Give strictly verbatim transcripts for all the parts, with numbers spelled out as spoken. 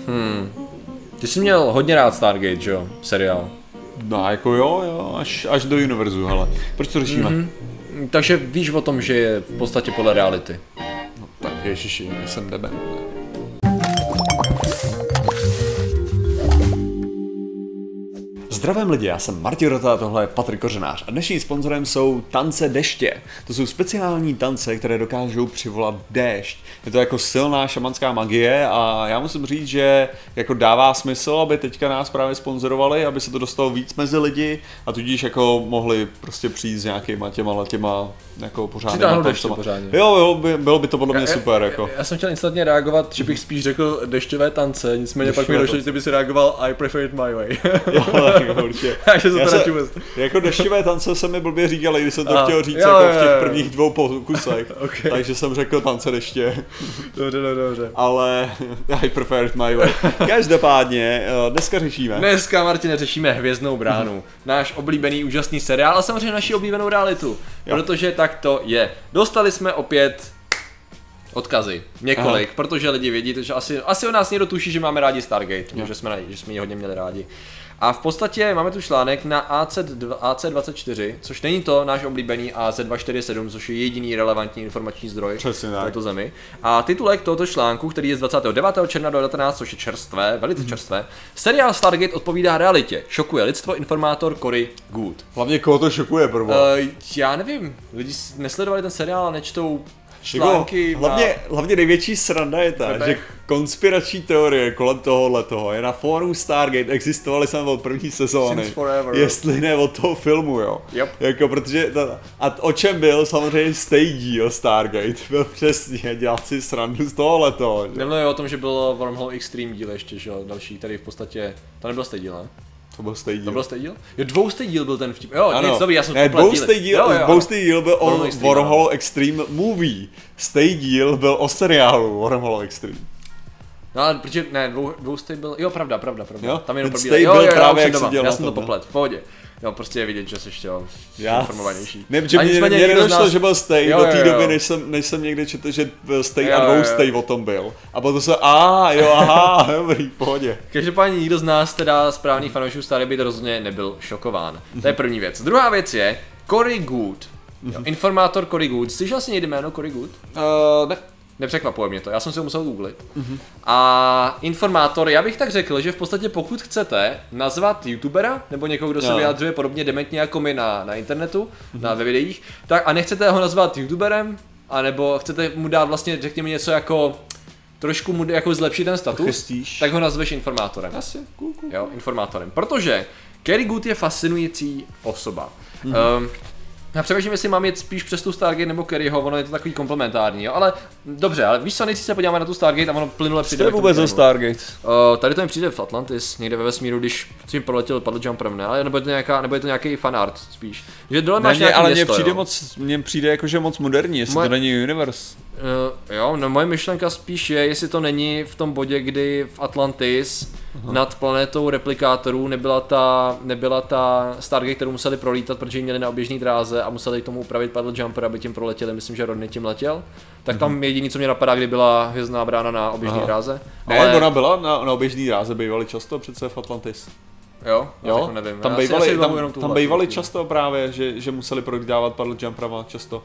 Hmm. Ty jsi měl hodně rád Stargate, že jo? Seriál. No jako jo, jo, až, až do univerzu, hele. Proč to řešíme? Mm-hmm. Takže víš o tom, že je v podstatě podle reality. No tak ježiši, jsem dement. Zdravím lidi, já jsem Martin Rota, tohle je Patrik Kořenář a dnešním sponzorem jsou Tance deště. To jsou speciální tance, které dokážou přivolat déšť. Je to jako silná šamanská magie a já musím říct, že jako dává smysl, aby teďka nás právě sponzorovali, aby se to dostalo víc mezi lidi a tudíž jako mohli prostě přijít s nějakýma těma těma jako pořádnýma tancema. Jo, jo, by, bylo by to podle mě já, super. Já, jako. já jsem chtěl instantně reagovat, že bych spíš řekl dešťové tance, nicméně dešťové pak mi došlo, že ty by si reagoval I prefer it my way. Jo, tak určitě. Takže to se, jako dešťové tance se mi blbě říkali, když jsem to a, chtěl říct jo, jako jo, v těch prvních dvou pokusech. Okay. Takže jsem řekl tance deště. Dobře, dobře, dobře. Ale I prefer it my way. Každopádně, dneska řešíme. Dneska, Martine, řešíme Hvězdnou bránu. Náš oblíbený úžasný seriál a samozřejmě naši oblíbenou realitu. Jo. Protože tak to je. Dostali jsme opět odkazy. Několik, Aha. protože lidi vědí, že asi, asi o nás někdo tuší, že máme rádi Stargate, že jsme, že jsme ji hodně měli rádi. A v podstatě máme tu článek na A C dvacet čtyři, což není to náš oblíbený A Z dvě čtyři sedm, což je jediný relevantní informační zdroj v této zemi. A titulek tohoto článku, který je z dvacátého devátého června do devatenáctého, což je čerstvé, velice mm. čerstvé. Seriál Stargate odpovídá realitě. Šokuje lidstvo informátor Cory Good. Hlavně koho to šokuje, prvo? Uh, já nevím, lidi nesledovali ten seriál a nečtou články. Hlavně, a... hlavně největší sranda je ta, Bebe. že konspirační teorie kolem tohohle toho je na fóru Stargate, existovaly jsem od první sezóny, jestli ne od toho filmu, jo. Yep. Jako, protože ta, a o čem byl samozřejmě stejný díl Stargate, byl přesně dělat si srandu z tohohle toho. Nemluvím o tom, že byl Wormhole Extreme díl ještě, že jo, další, tady v podstatě, to nebyl stejný díl, ne? To byl stejný díl. To byl stejný díl? Jo, dvoustý díl byl ten vtip. Jo, ano. nic, dobrý, já jsem ne, dvoustý díl, jo, jo, dvoustý díl byl o Wormhole Extreme Movie. Stejný díl byl o seriálu Wormhole Extreme. No ale protože, ne, dvou, dvoustý byl, jo, pravda, pravda, pravda. Jo? Tam jenom probíhal. Jo, jo, jo, právě, jak já jsem to poplet, v pohodě. Jo, prostě je vidět, že jsi ještě informovanější. Ne, protože mě, mě nedošlo, nás... že byl stej jo, do té doby, než jsem, než jsem někde četl, že stej a dvou stej o tom byl. A potom se, a jo, aha, dobrý, v pohodě. Každopádně nikdo z nás, teda správný fanoušů Stargate, rozhodně nebyl šokován. To je první věc. Druhá věc je Cory Good. Jo, informátor Cory Good. Slyšel jsi někdy jméno Cory Good? Uh, ne. Nepřekvapuje mě to, já jsem si ho musel googlit. Uh-huh. A informátor, já bych tak řekl, že v podstatě pokud chcete nazvat youtubera, nebo někoho, kdo se no. vyjadřuje podobně dementně jako my na, na internetu, uh-huh. na ve videích, tak a nechcete ho nazvat youtuberem, anebo chcete mu dát vlastně, řekněme něco jako, trošku mu jako zlepšit ten status, Chystíš. tak ho nazveš informátorem. Asi, cool, cool. Jo, informátorem, protože Cory Good je fascinující osoba. Uh-huh. Um, Já přemýšlím, jestli mám jet spíš přes tu Stargate nebo Coryho, ono je to takový komplementární, jo, ale dobře, ale víš co, nejdřív se podíváme na tu Stargate a ono plynule přijde. Co je vůbec za Stargate? Uh, tady to mi přijde v Atlantis, někde ve vesmíru, když tím proletěl Paddle Jumperem, ne? Ale nebo je to nějaká, nebo je to nějaký fanart spíš. Že dole máš ne, nějaký ale město, mně přijde jo. moc, mně přijde jakože moc moderní, jestli moje... to není Universe. Uh, jo, no moje myšlenka spíš je, jestli to není v tom bodě, kdy v Atlantis Aha. nad planetou replikátorů nebyla ta, nebyla ta Stargate, kterou museli prolítat, protože ji měli na oběžné dráze a museli k tomu upravit paddle jumper, aby tím proletěli, myslím, že Rodney tím letěl. Tak tam mm-hmm. jediný, co mě napadá, kdy byla hvězdná brána na oběžné dráze. Ne, ale ona byla na, na oběžné dráze, bývaly často přece v Atlantis. Jo, jo? nevím. Tam bývaly, tam, tam bývaly často právě, že, že museli prolítávat paddle jumperama často.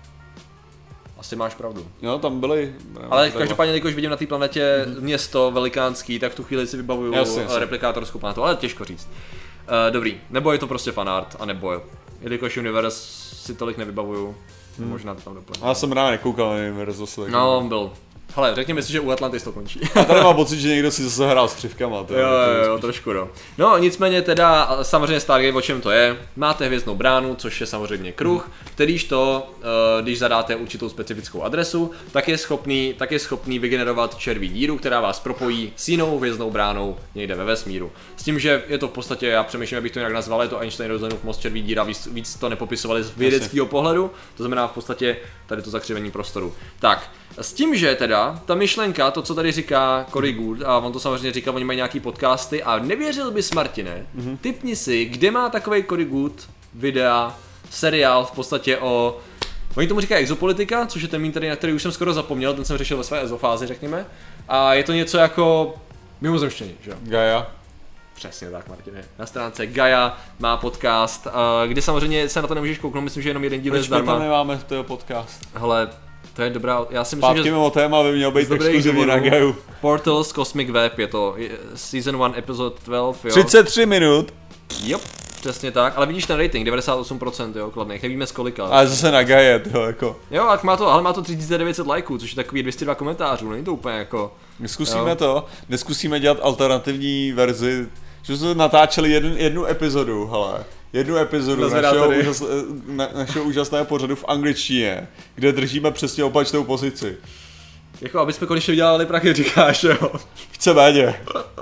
Asi máš pravdu. Jo, tam byly. Ale každopádně, když vidím na té planetě mm-hmm. město velikánský, tak v tu chvíli si vybavuju jasně, jasně. replikátorskou planetu, ale těžko říct. Uh, dobrý, nebo je to prostě fanart, a nebo jo. Jelikož Universe si tolik nevybavuju, hmm. možná to tam doplňu. Já jsem rád nekoukal na Universe zase. No, on byl. Hele, řekněme si, že u Atlantis to končí. A tady mám pocit, že někdo si zase hrál s křivkama. Jo, jo, jo, trošku no. No, nicméně teda, samozřejmě Stargate, o čem to je? Máte hvězdnou bránu, což je samozřejmě kruh, hmm. kterýž to, když zadáte určitou specifickou adresu, tak je schopný, tak je schopný vygenerovat červí díru, která vás propojí s jinou hvězdnou bránou někde ve vesmíru. S tím, že je to v podstatě, já přemýšlím, abych to nějak nazval, je to Einstein-Rosenův most červí díra, víc, víc to nepopisovali z vědeckého pohledu, to znamená v podstatě tady to zakřivení prostoru. Tak, s tím, že teda ta myšlenka, to, co tady říká Cory Good, a on to samozřejmě říká, oni mají nějaký podcasty a nevěřil bys, Martine, mm-hmm. tipni si, kde má takovej Cory Good videa, seriál v podstatě o... Oni tomu říkají exopolitika, což je ten mým tady, na který už jsem skoro zapomněl, ten jsem řešil ve své ezofázi, řekněme. A je to něco jako mimozemštění, že jo? Gaia. Přesně tak, Martine. Na stránce Gaia má podcast, kde samozřejmě se na to nemůžeš kouknout, myslím, že jenom jeden díl je Proč my tam zdarma. nemáme toho podcast? Hele, to je dobrá, já si myslím, Zpátky že... mimo téma by měl být exkluzivní na Gaiu. Portals Cosmic Web je to, Season one, Episode dvanáct, jo. třicet tři minut. Jop, přesně tak, ale vidíš ten rating, devadesát osm procent, jo, kladných, nevíme z kolika. Ale zase na Gaia, to jako. Jo, ale má to, ale má to tři tisíce devět set lajků, což je takový dvě stě dva komentářů, není to úplně jako... Zkusíme jo. to, neskusíme dělat alternativní verzi, že jsme natáčeli jednu, jednu epizodu, hele. Jednu epizodu našeho, úžas, na, našeho úžasného pořadu v angličtině, kde držíme přesně opačnou pozici. Jako, aby jsme konečně vydělali prachy, říkáš, jo. Víceméně.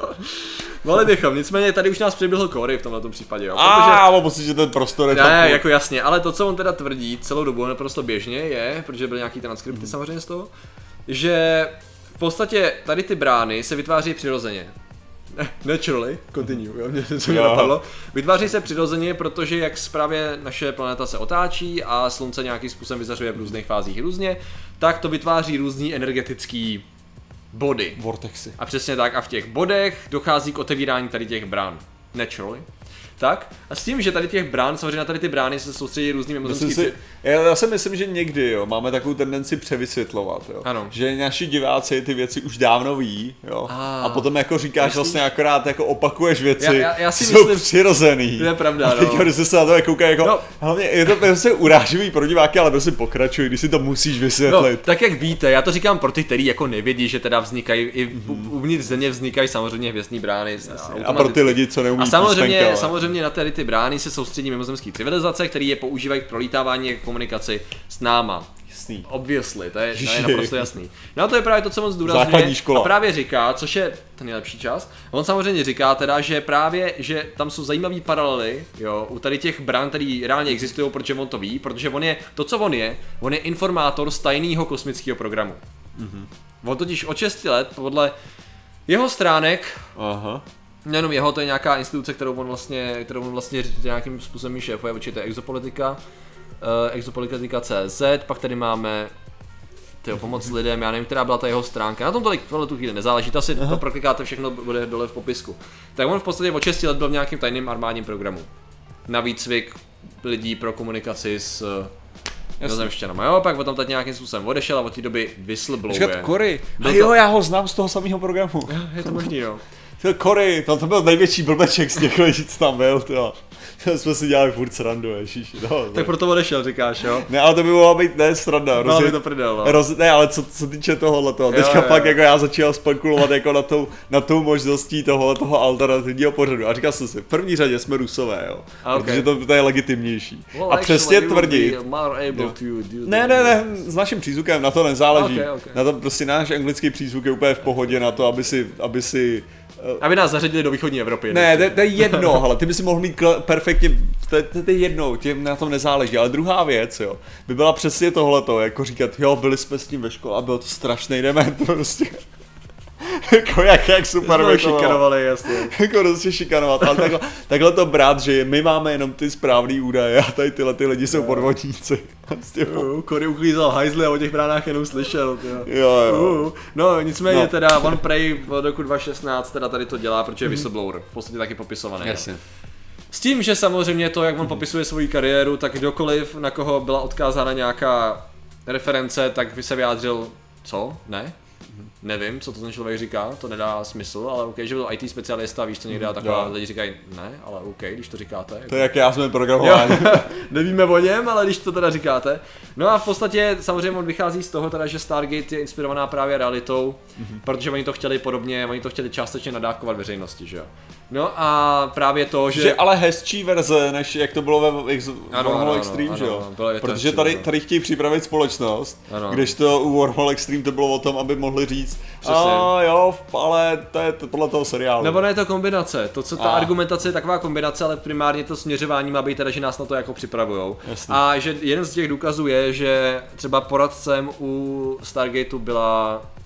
Mohli bychom, nicméně tady už nás přiběhl Cory v tomto případě, jo. A Protože... mám pocit, že ten prostor je Ne, tam... jako jasně, ale to, co on teda tvrdí celou dobu, naprosto běžně je, protože byly nějaký transkripty mm. samozřejmě z toho, že v podstatě tady ty brány se vytváří přirozeně. Naturally, continue, jo, mě, co mě napadlo. Vytváří se přirozeně, protože jak právě naše planeta se otáčí a slunce nějakým způsobem vyzařuje v různých fázích různě, tak to vytváří různý energetický body. Vortexy. A přesně tak, a v těch bodech dochází k otevírání tady těch brán. Naturally. Tak, a s tím, že tady těch brán, samozřejmě na tady ty brány se soustředí různý mimozemský... Si, já si myslím, že někdy jo, máme takovou tendenci převysvětlovat, jo. Ano. Že naši diváci ty věci už dávno ví, jo. A, a potom jako říkáš myslíš? Vlastně akorát jako opakuješ věci, já, já, já si jsou myslím, přirozený. To je pravda, a teď, no. když se na to kouká jako, no. hlavně je to prostě uráživý pro diváky, ale prostě pokračuj, když si to musíš vysvětlit. No, tak jak víte, já to říkám pro ty, kteří jako nevědí, že teda vznikají, i mm-hmm. uvnitř země vznikají samozřejmě hvězdní brány. A pro ty lidi, co neumí A samozřejmě, písmenka, samozřejmě na tady ty brány se soustředí mimozemské civilizace, které je používají k prolítávání a komunikaci s náma. Jasný. Obviously, to je, to je naprosto jasný. No a to je právě to, co on zdůrazňuje. Základní škola. A právě říká, což je ten nejlepší čas. On samozřejmě říká teda, že právě, že tam jsou zajímavé paralely, jo, u tady těch brán, které reálně existují, protože on to ví, protože on je, to co on je, on je informátor z tajného kosmického programu. Mm-hmm. On totiž od šesti let, podle jeho stránek, Aha. nejenom jeho, to je nějaká instituce, kterou on vlastně, kterou on vlastně nějakým způsobem šéfuje, určitě Exopolitika, uh, Exopolitika tečka cé zet, pak tady máme tyjo, pomoc lidem, já nevím, která byla ta jeho stránka, na tom tolik tohle tu chvíli nezáleží, to si to proklikáte, všechno bude dole v popisku. Tak on v podstatě od šesti let byl v nějakém tajném armádním programu. Na výcvik lidí pro komunikaci s mimozemšťanama, jo, pak potom teď nějakým způsobem odešel a od té doby whistleblowuje. Počkat, Cory, a jo, já ho znám z toho samého programu. Je to možný, jo. Cory, tam to byl největší blbeček z těch lidí, co tam byl, to. To jsme si dělali furt srandu, ježiši, no. Tak proto odešel, říkáš, jo? Ne, ale to by mohla být ne sranda, no, rozjet, to prdel, no. roz, ne, ale co, co týče tohohletoho, teďka jo, fakt jo. Jako já začal spekulovat jako na tou, na tou možností toho, toho alternativního pořadu a říkal jsem si, v první řadě jsme Rusové, jo, okay. Protože to, to je legitimnější. Well, a přesně tvrdit, ne, ne, ne, s naším přízvukem na to nezáleží, okay, okay. Na to prostě náš anglický přízvuk je úplně v pohodě na to, aby si, aby si aby nás zařadili do východní Evropy. Ne, to je jedno, ale ty by si mohl mít perfektně, to je jedno, tím na tom nezáleží, ale druhá věc, jo, by byla přesně tohleto, jako říkat, jo, byli jsme s tím ve škole a byl to strašný dement, prostě. Jako jak, jak super jsme šikanovali, jasně. Jako prostě šikanovat, ale takhle, takhle to brát, že my máme jenom ty správný údaje a tady tyhle ty lidi jsou podvodníci. Cory uklízal hajzly a o těch bránách jenom slyšel. Jo, jo. No nicméně no. Teda One Prey v roku dva tisíce šestnáct teda tady to dělá, protože je whistleblower, v podstatě taky popisovaný. Jasně. S tím, že samozřejmě to, jak on popisuje svoji kariéru, tak kdokoliv, na koho byla odkázána nějaká reference, tak by se vyjádřil, co? Ne? Nevím, co to ten člověk říká, to nedá smysl, ale OK, že byl í té specialista, víš co někde a taková lidi říkají, ne, ale OK, když to říkáte. To je jak já jsme programování. Nevíme o něm, ale když to teda říkáte. No a v podstatě samozřejmě on vychází z toho teda, že Stargate je inspirovaná právě realitou, mm-hmm. protože oni to chtěli podobně, oni to chtěli částečně nadávkovat veřejnosti, že jo. No a právě to, že... Že ale hezčí verze, než jak to bylo ve Wormhole Extreme, ano, že jo? Ano, protože tady, tady chtějí připravit společnost, ano. Kdežto u Wormhole Extreme to bylo o tom, aby mohli říct, a jo, ale to je to podle toho seriálu. Nebo ne, je to kombinace, to co ta a. argumentace je taková kombinace, ale primárně to směřování má být teda, že nás na to jako připravujou. Jasný. A že jeden z těch důkazů je, že třeba poradcem u Stargateu byla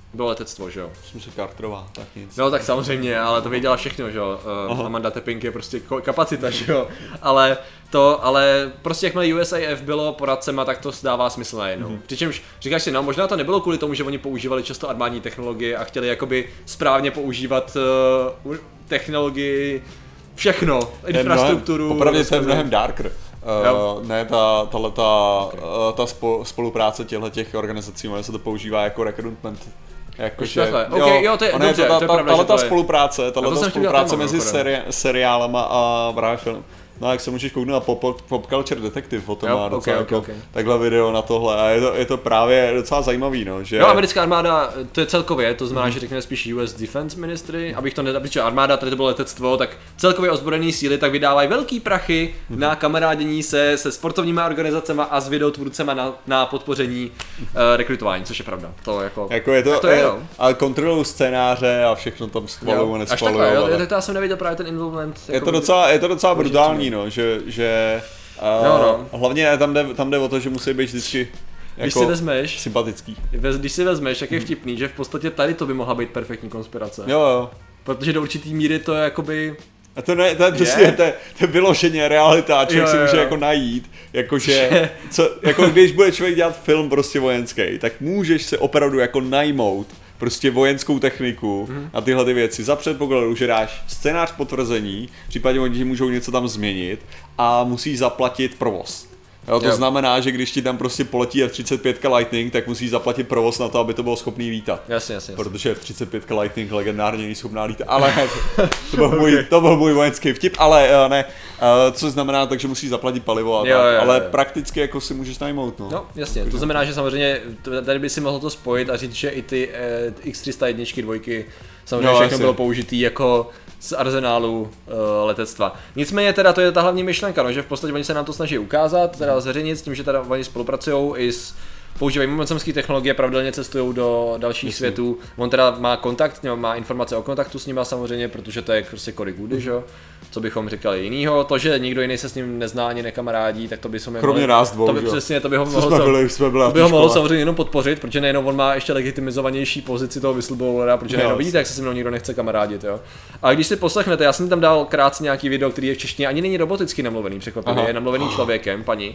bylo letectvo, že jo. Jsem si Carterová, tak nic. No tak samozřejmě, ale to věděla všechno, že jo. Uh, Amanda Tapping je prostě kapacita, že jo. Ale to, ale prostě jakmile U S A F bylo poradcema, tak to dává smysl najednou. Mm-hmm. Přičemž říkáš si, no možná to nebylo kvůli tomu, že oni používali často armádní technologie a chtěli jakoby správně používat uh, technologii, všechno, infrastrukturu. Opravdu to je mnohem darker. Uh, ne, ta, tato, okay. uh, ta spo, spolupráce těchto těch organizací, se to používá jako recruitment. Jakože, okay, jo, to je, dobře, to, ta, to je ta, pravda, ta, ta spolupráce, tato spolupráce téma, mezi seri, seriálama a právě film. No jak se můžeš kouknout na Pop, Pop Culture Detective, o tom jo, má docela okay, jako, okay, okay. takhle video na tohle a je to, je to právě docela zajímavý, no, že... Jo, americká armáda, to je celkově, to znamená, mm. že řekněme spíš U S Defense Ministry, abych to nedal, protože armáda, tady to bylo letectvo, tak celkově ozbrojené síly tak vydávají velký prachy mm. na kamarádění se se sportovníma organizacemi a s videotvůrcema na, na podpoření uh, rekrutování, což je pravda. To jako, jako je to, to je, je ale kontrolují scénáře a všechno tam schvalují a neschvalují. Až takhle, ale... jo, to já jsem neviděl právě ten involvement. Je to docela, je to docela brutální, no, že, že uh, no, no. hlavně tam jde, tam jde o to, že musí být vždycky jako když si vezmeš, sympatický. Když si vezmeš, jak je vtipný, že v podstatě tady to by mohla být perfektní konspirace. Jo, jo. Protože do určitý míry to je jakoby... A to, ne, to, je, prostě, to, je, to je vyloženě realita, člověk jo, si může jo. jako najít, jakože, co, jako když bude člověk dělat film prostě vojenský, tak můžeš se opravdu jako najmout prostě vojenskou techniku mm. a tyhle ty věci za předpokladu, že dáš scénář potvrzení, v případě oni můžou něco tam změnit a musíš zaplatit provoz. Jo, to yep. znamená, že když ti tam prostě poletí F třicet pět Lightning, tak musíš zaplatit provoz na to, aby to bylo schopný lítat. Jasně, jasně. Protože F třicet pět Lightning legendárně není schopná lítat. Ale to byl, můj, to byl můj vojenský vtip, ale ne. Co znamená, takže musíš zaplatit palivo a jo, tak. Jo, ale jo. prakticky jako si můžeš najmout. No, no jasně. To znamená, že samozřejmě tady by si mohl to spojit a říct, že i ty eh, X tři sta jedna dvojky samozřejmě jo, všechno jasně. bylo použitý jako z arzenálu uh, letectva. Nicméně teda to je ta hlavní myšlenka, no, že v podstatě oni se nám to snaží ukázat, teda zveřejnit s tím, že teda oni spolupracují i s používají mimozemské technologie, pravidelně cestují do dalších Myslím. světů. On teda má kontakt, má informace o kontaktu s nima samozřejmě, protože to je prostě Cory Goody, že jo? Co bychom říkali jinýho. To, že nikdo jiný se s ním nezná ani nekamarádí, tak to by jsme Kromě nás dvou, to by přesně, to by ho mohlo, jsme byli, jsme byli to by ho mohlo samozřejmě jenom podpořit, protože nejenom on má ještě legitimizovanější pozici toho whistleblowera, protože nejenom vidíte, jak se s mnou nikdo nechce kamarádit, jo. A když si poslechnete, já jsem tam dal krátce nějaký video, který je v češtině, ani není roboticky namluvený, překvapivě, je namluvený člověkem, paní,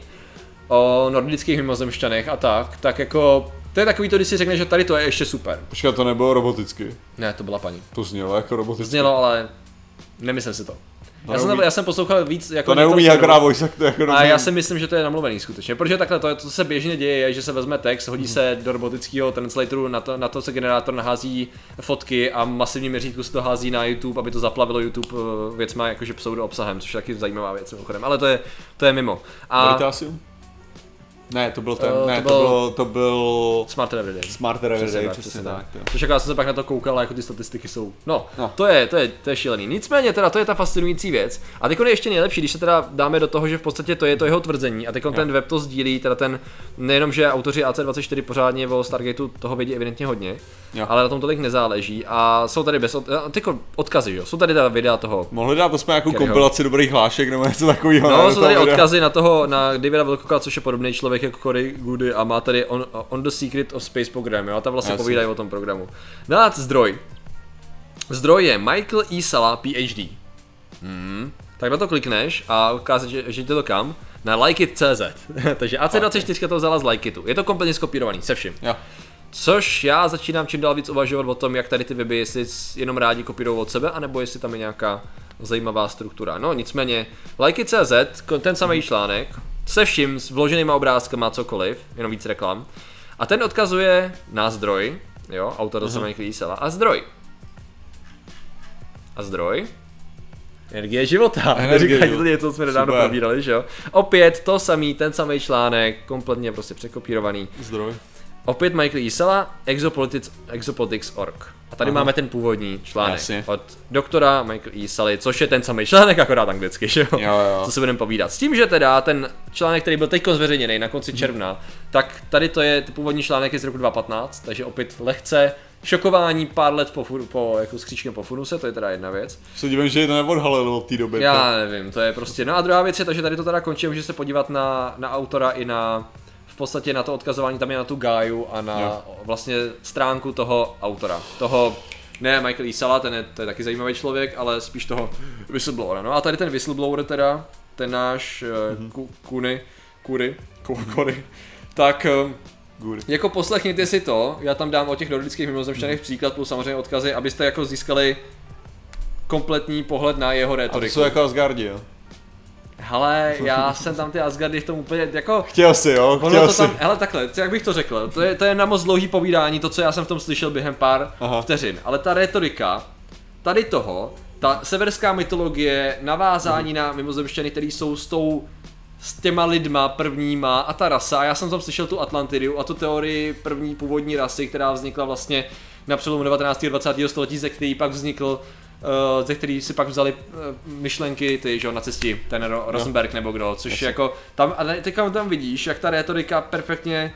o nordických mimozemšťanech a tak, tak jako to je takový to, když si řekne, že tady to je ještě super. Počkat, to nebylo roboticky. Ne, to byla paní. To znělo jako roboticky. Znělo, ale nemyslím si to. Já jsem, já jsem poslouchal víc jako... To neumí jak rád voice actor, jako A já si myslím, že to je namluvený skutečně, protože takhle to, to se běžně děje, je, že se vezme text, hodí se do robotického translatoru, na to, na to se generátor nahází fotky a masivní měřítku se to hází na YouTube, aby to zaplavilo YouTube věcma jakože pseudo obsahem, což je taky zajímavá věc mimochodem, ale to je, to je mimo. A... Ne, to byl ten, uh, ne, to, to, byl bylo, to byl... Smarter Everyday. Smarter Everyday, přesně, přesně tak. tak Což jako já jsem se pak na to koukal, jako ty statistiky jsou, no, no. To, je, to, je, to je šílený. Nicméně teda to je ta fascinující věc. A teď je ještě nejlepší, když se teda dáme do toho, že v podstatě to je to jeho tvrzení a teď ten web to sdílí, teda ten, nejenom, že autoři A C dvacet čtyři pořádně o Stargateu toho vědí evidentně hodně, jo. ale na tom tolik nezáleží a jsou tady bez od, tyko odkazy, jo, jsou tady ta videa toho. Mohli dát aspoň nějakou kompilaci dobrých hlášek nebo něco takového. No, jsou tady odkazy na toho, na Davida Wilcocka, což je podobný člověk jako Cory Goody a má tady on, on the Secret of Space program, jo, a tam vlastně povídají o tom programu. Dát zdroj. Zdroj je Michael E. Sala, P H D. Hmm. Tak na to klikneš a ukáže, že, že to kam? Na Likeit tečka cé zet. Takže A C dvacet čtyři to vzala z Likeitu. Je to kompletně skopírovaný, se vším. Jo. Což já začínám čím dál víc uvažovat o tom, jak tady ty weby, jestli jenom rádi kopírují od sebe, anebo jestli tam je nějaká zajímavá struktura. No nicméně, Likeit tečka cé zet, ten samý článek, se vším, s vloženýma obrázkama, cokoliv, jenom víc reklam. A ten odkazuje na zdroj, jo, autor zase Michael E. Sala, a zdroj. A zdroj? Energie života. Neříkají to něco, co jsme nedávno probírali, že jo. Opět to samý, ten samý článek, kompletně prostě překopírovaný. Zdroj. Opět Michael E. Sala, Exopolitics, Exopolitics tečka org. A tady Aha. máme ten původní článek Jasně. od doktora Michael E. Saly, což je ten samý článek, akorát anglicky, že jo? jo, jo. Co si budeme povídat. S tím, že teda ten článek, který byl teď zveřejněný na konci června, tak tady to je, původní článek je z roku dva tisíce patnáct, takže opět lehce šokování pár let po, po jako skříčkem po funuse, to je teda jedna věc. Se divím, že je to neodhalilo od té doby. Já nevím, to je prostě, no a druhá věc je to, že tady to teda končí, může se podívat na, na autora i na v podstatě na to odkazování tam je na tu Gaiu a na jo. vlastně stránku toho autora, toho ne Michael E. Sala, ten je, to je taky zajímavý člověk, ale spíš toho whistleblowera. No a tady ten whistleblower teda, ten náš mm-hmm. uh, Kuny, Kury, Kury, tak uh, jako poslechněte si to, já tam dám o těch nordických mimozemšťanech mm. příklad, plus samozřejmě odkazy, abyste jako získali kompletní pohled na jeho rétoriku. A to jsou jako Asgardi, jo? Hele, já jsem tam ty Asgardy v tom úplně jako... Chtěl si, jo, chtěl to si. Tam, hele takhle, jak bych to řekl, to je, to je na moc dlouhý povídání, to co já jsem v tom slyšel během pár Aha. vteřin, ale ta rétorika tady toho, ta severská mytologie, navázání na mimozemšťany, který jsou s tou s těma lidma prvníma a ta rasa, a já jsem tam slyšel tu Atlantidu a tu teorii první původní rasy, která vznikla vlastně na přelomu devatenáctého a dvacátého století, ze který pak vznikl Uh, ze který si pak vzali uh, myšlenky ty, že jo, nacisti, ten Ro- Rosenberg no. nebo kdo, což je jako, tam, a teďka tam vidíš, jak ta rétorika perfektně,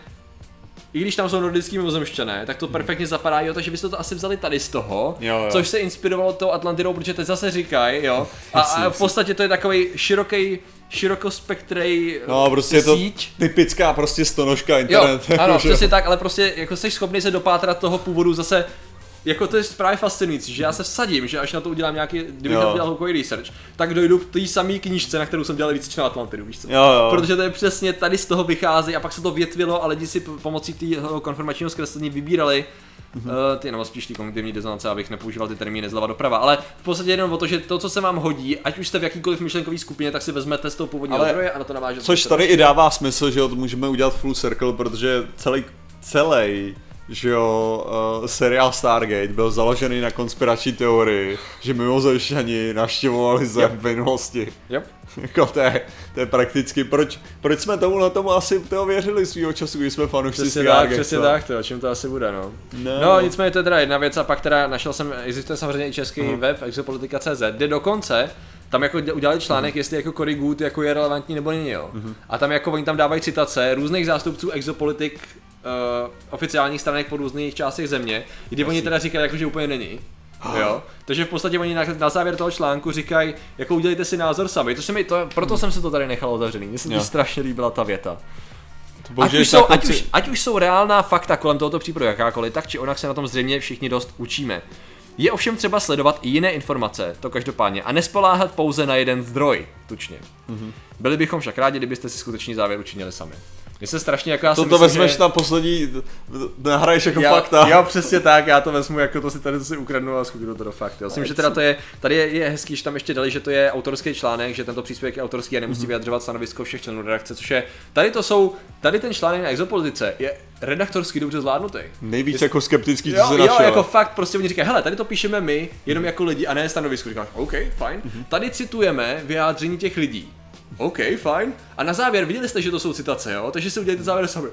i když tam jsou nordický mimozemšťané, tak to perfektně zapadá, jo, takže byste to asi vzali tady z toho, jo, jo. což se inspirovalo tou Atlantidou, protože teď zase říkají, jo, a, a v podstatě to je takovej široký, širokospektrej no, prostě síť. Je to typická prostě stonožka internet. Jo, ano, přesně tak, ale prostě jako jsi schopný se dopátrat toho původu zase. Jako to je právě fascinující, že já se vsadím, že až na to udělám nějaký, kdybych to udělal hloubkový research, tak dojdu k té samé knížce, na kterou jsem dělal víc na Atlantidu, víš co? Jo, jo. Protože to je přesně tady z toho vychází a pak se to větvilo a lidi si pomocí toho konformačního zkreslení vybírali mm-hmm. uh, ty, nebo spíš ty kognitivní dizonance, abych nepoužíval ty termíny zleva doprava, ale v podstatě jenom o to, že to, co se vám hodí, ať už jste v jakýkoliv myšlenkové skupině, tak si vezmete z toho původního zdroje a na to navážete. Což tady i dává smysl, že jo, to můžeme udělat full circle, protože celý, celý že jo, uh, seriál Stargate byl založený na konspirační teorii, že mimozemšťani navštěvovali Zem yep. v minulosti. Yep. Jako to je, to je prakticky, proč, proč jsme tomu na tomu asi toho věřili svýho času, když jsme fanoušci Stargate. Přesně tak, to, čím to asi bude, no. No, no nicméně to je teda jedna věc a pak teda našel jsem, existuje samozřejmě i český uh-huh. web exopolitika tečka cé zet, kde dokonce tam jako udělali článek, uh-huh. jestli jako Cory Good jako je relevantní nebo není, jo. Uh-huh. A tam jako oni tam dávají citace různých zástupců exopolitik Uh, oficiálních stranek po různých částech země, kdy oni teda říkají, jako, že úplně není. Jo? Takže v podstatě oni na, na závěr toho článku říkají, jako udělejte si názor sami. To se mi, to, proto hmm. jsem se to tady nechal otevřený. Mně se mi strašně líbila ta věta. Ať už, jsou, ať, už, ať už jsou reálná fakta kolem tohoto případu jakákoliv, tak či onak se na tom zřejmě všichni dost učíme. Je ovšem třeba sledovat i jiné informace, to každopádně, a nespoléhat pouze na jeden zdroj, tučně. Mm-hmm. Byli bychom však rádi, kdybyste si skutečný závěr učinili sami. Mně se strašně jako já si to myslím, vezmeš že... na poslední, nahraješ jako já, fakta. Jo, přesně tak, já to vezmu jako to si tady si ukradnu a zkouším to do fakty. Já myslím, že teda to je, tady je, je hezký, že tam ještě dali, že to je autorský článek, že tento příspěvek je autorský a nemusí mm-hmm. vyjadřovat stanovisko všech členů redakce, což je, tady to jsou, tady ten článek na exopolitice je redaktorsky dobře zvládnutý. Nejvíc je, jako skeptický, co jo, se našel. Jo, jako fakt, prostě oni říkají, hele, tady to píšeme my, jenom jako lidi a ne stanovisko. Říkáš, OK, fajn. Mm-hmm. Tady citujeme vyjádření těch lidí. OK, fajn. A na závěr, viděli jste, že to jsou citace, jo? Takže si udělejte závěr sami.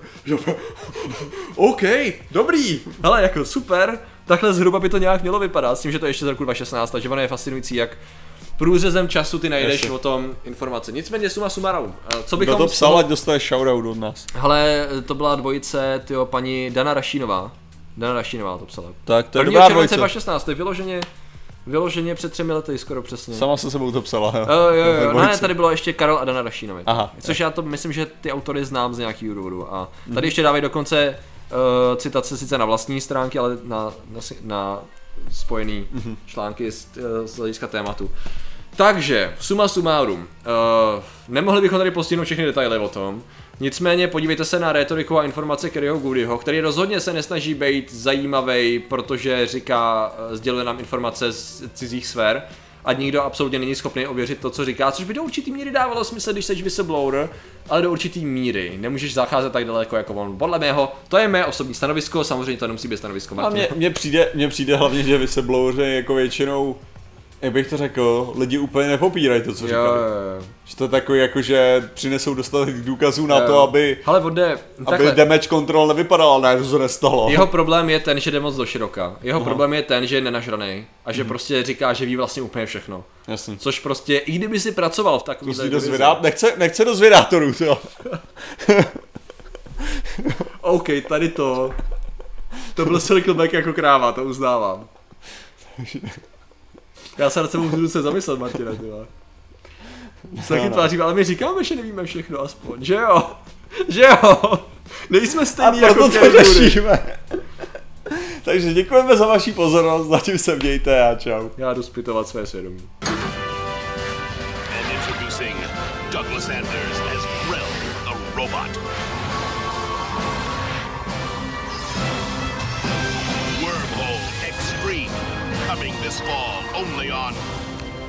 OK, dobrý. Hele, jako super. Takhle zhruba by to nějak mělo vypadat, s tím, že to je ještě z roku dva tisíce šestnáct, takže ono je fascinující, jak průřezem času ty najdeš Jasně. o tom informace. Nicméně suma sumarum. Co bychom... Kdo to psal, ať dostane shoutout od nás. Hele, to byla dvojice, tyjo, paní Dana Rašínová. Dana Rašínová to psala. Tak to je dobrá dvojice. dva tisíce šestnáct, to je vyloženě... Vyloženě před třemi lety, skoro přesně. Sama se sebou to psala, jo? Jo, jo, jo. Ne, tady bylo ještě Karel a Dana Rašínovi. Aha. Což já to myslím, že ty autory znám z nějakého důvodu. A tady ještě dávají dokonce uh, citace sice na vlastní stránky, ale na, na, na spojený mm-hmm. články z, z hlediska tématu. Takže, suma sumárum, uh, nemohli bychom tady postihnout všechny detaily o tom, nicméně podívejte se na rétoriku a informace Coryho Goodyho, který rozhodně se nesnaží být zajímavý, protože říká, sděluje nám informace z cizích sfér a nikdo absolutně není schopný ověřit to, co říká, což by do určitý míry dávalo smysl, když jsi whistleblower, ale do určitý míry. Nemůžeš zacházet tak daleko jako on. Podle mého, to je mé osobní stanovisko, samozřejmě to nemusí být stanovisko Martina. A mně, mně, přijde, mně přijde hlavně, že whistlebloweri jako většinou, jak bych to řekl, lidi úplně nepopírají to, co říkají. Že to je takový jako, že přinesou dostatek důkazů na jo. to, aby, Hele, ode, aby damage control nevypadal, ale ne, to se nestalo. Jeho problém je ten, že jde moc do široka. Jeho Aha. problém je ten, že je nenažraný a že hmm. prostě říká, že ví vlastně úplně všechno. Jasně. Což prostě, i kdyby si pracoval v takový divizi. Nechce, nechce do zvědátorů, to. OK, tady to. To byl Silverback jako kráva, to uznávám. Já se na sebou můžu se zamyslet, Martina, ty vole. Se taky tvářím, ale my říkáme, že nevíme všechno aspoň, že jo? Že jo? Nejsme A stejný proto jako to Kerry. řešíme. Takže děkujeme za vaši pozornost, zatím se mějte a čau. Já jdu zpytovat své svědomí. And introducing Douglas Anders as Grell, the robot. Wormhole Extreme, coming this fall only on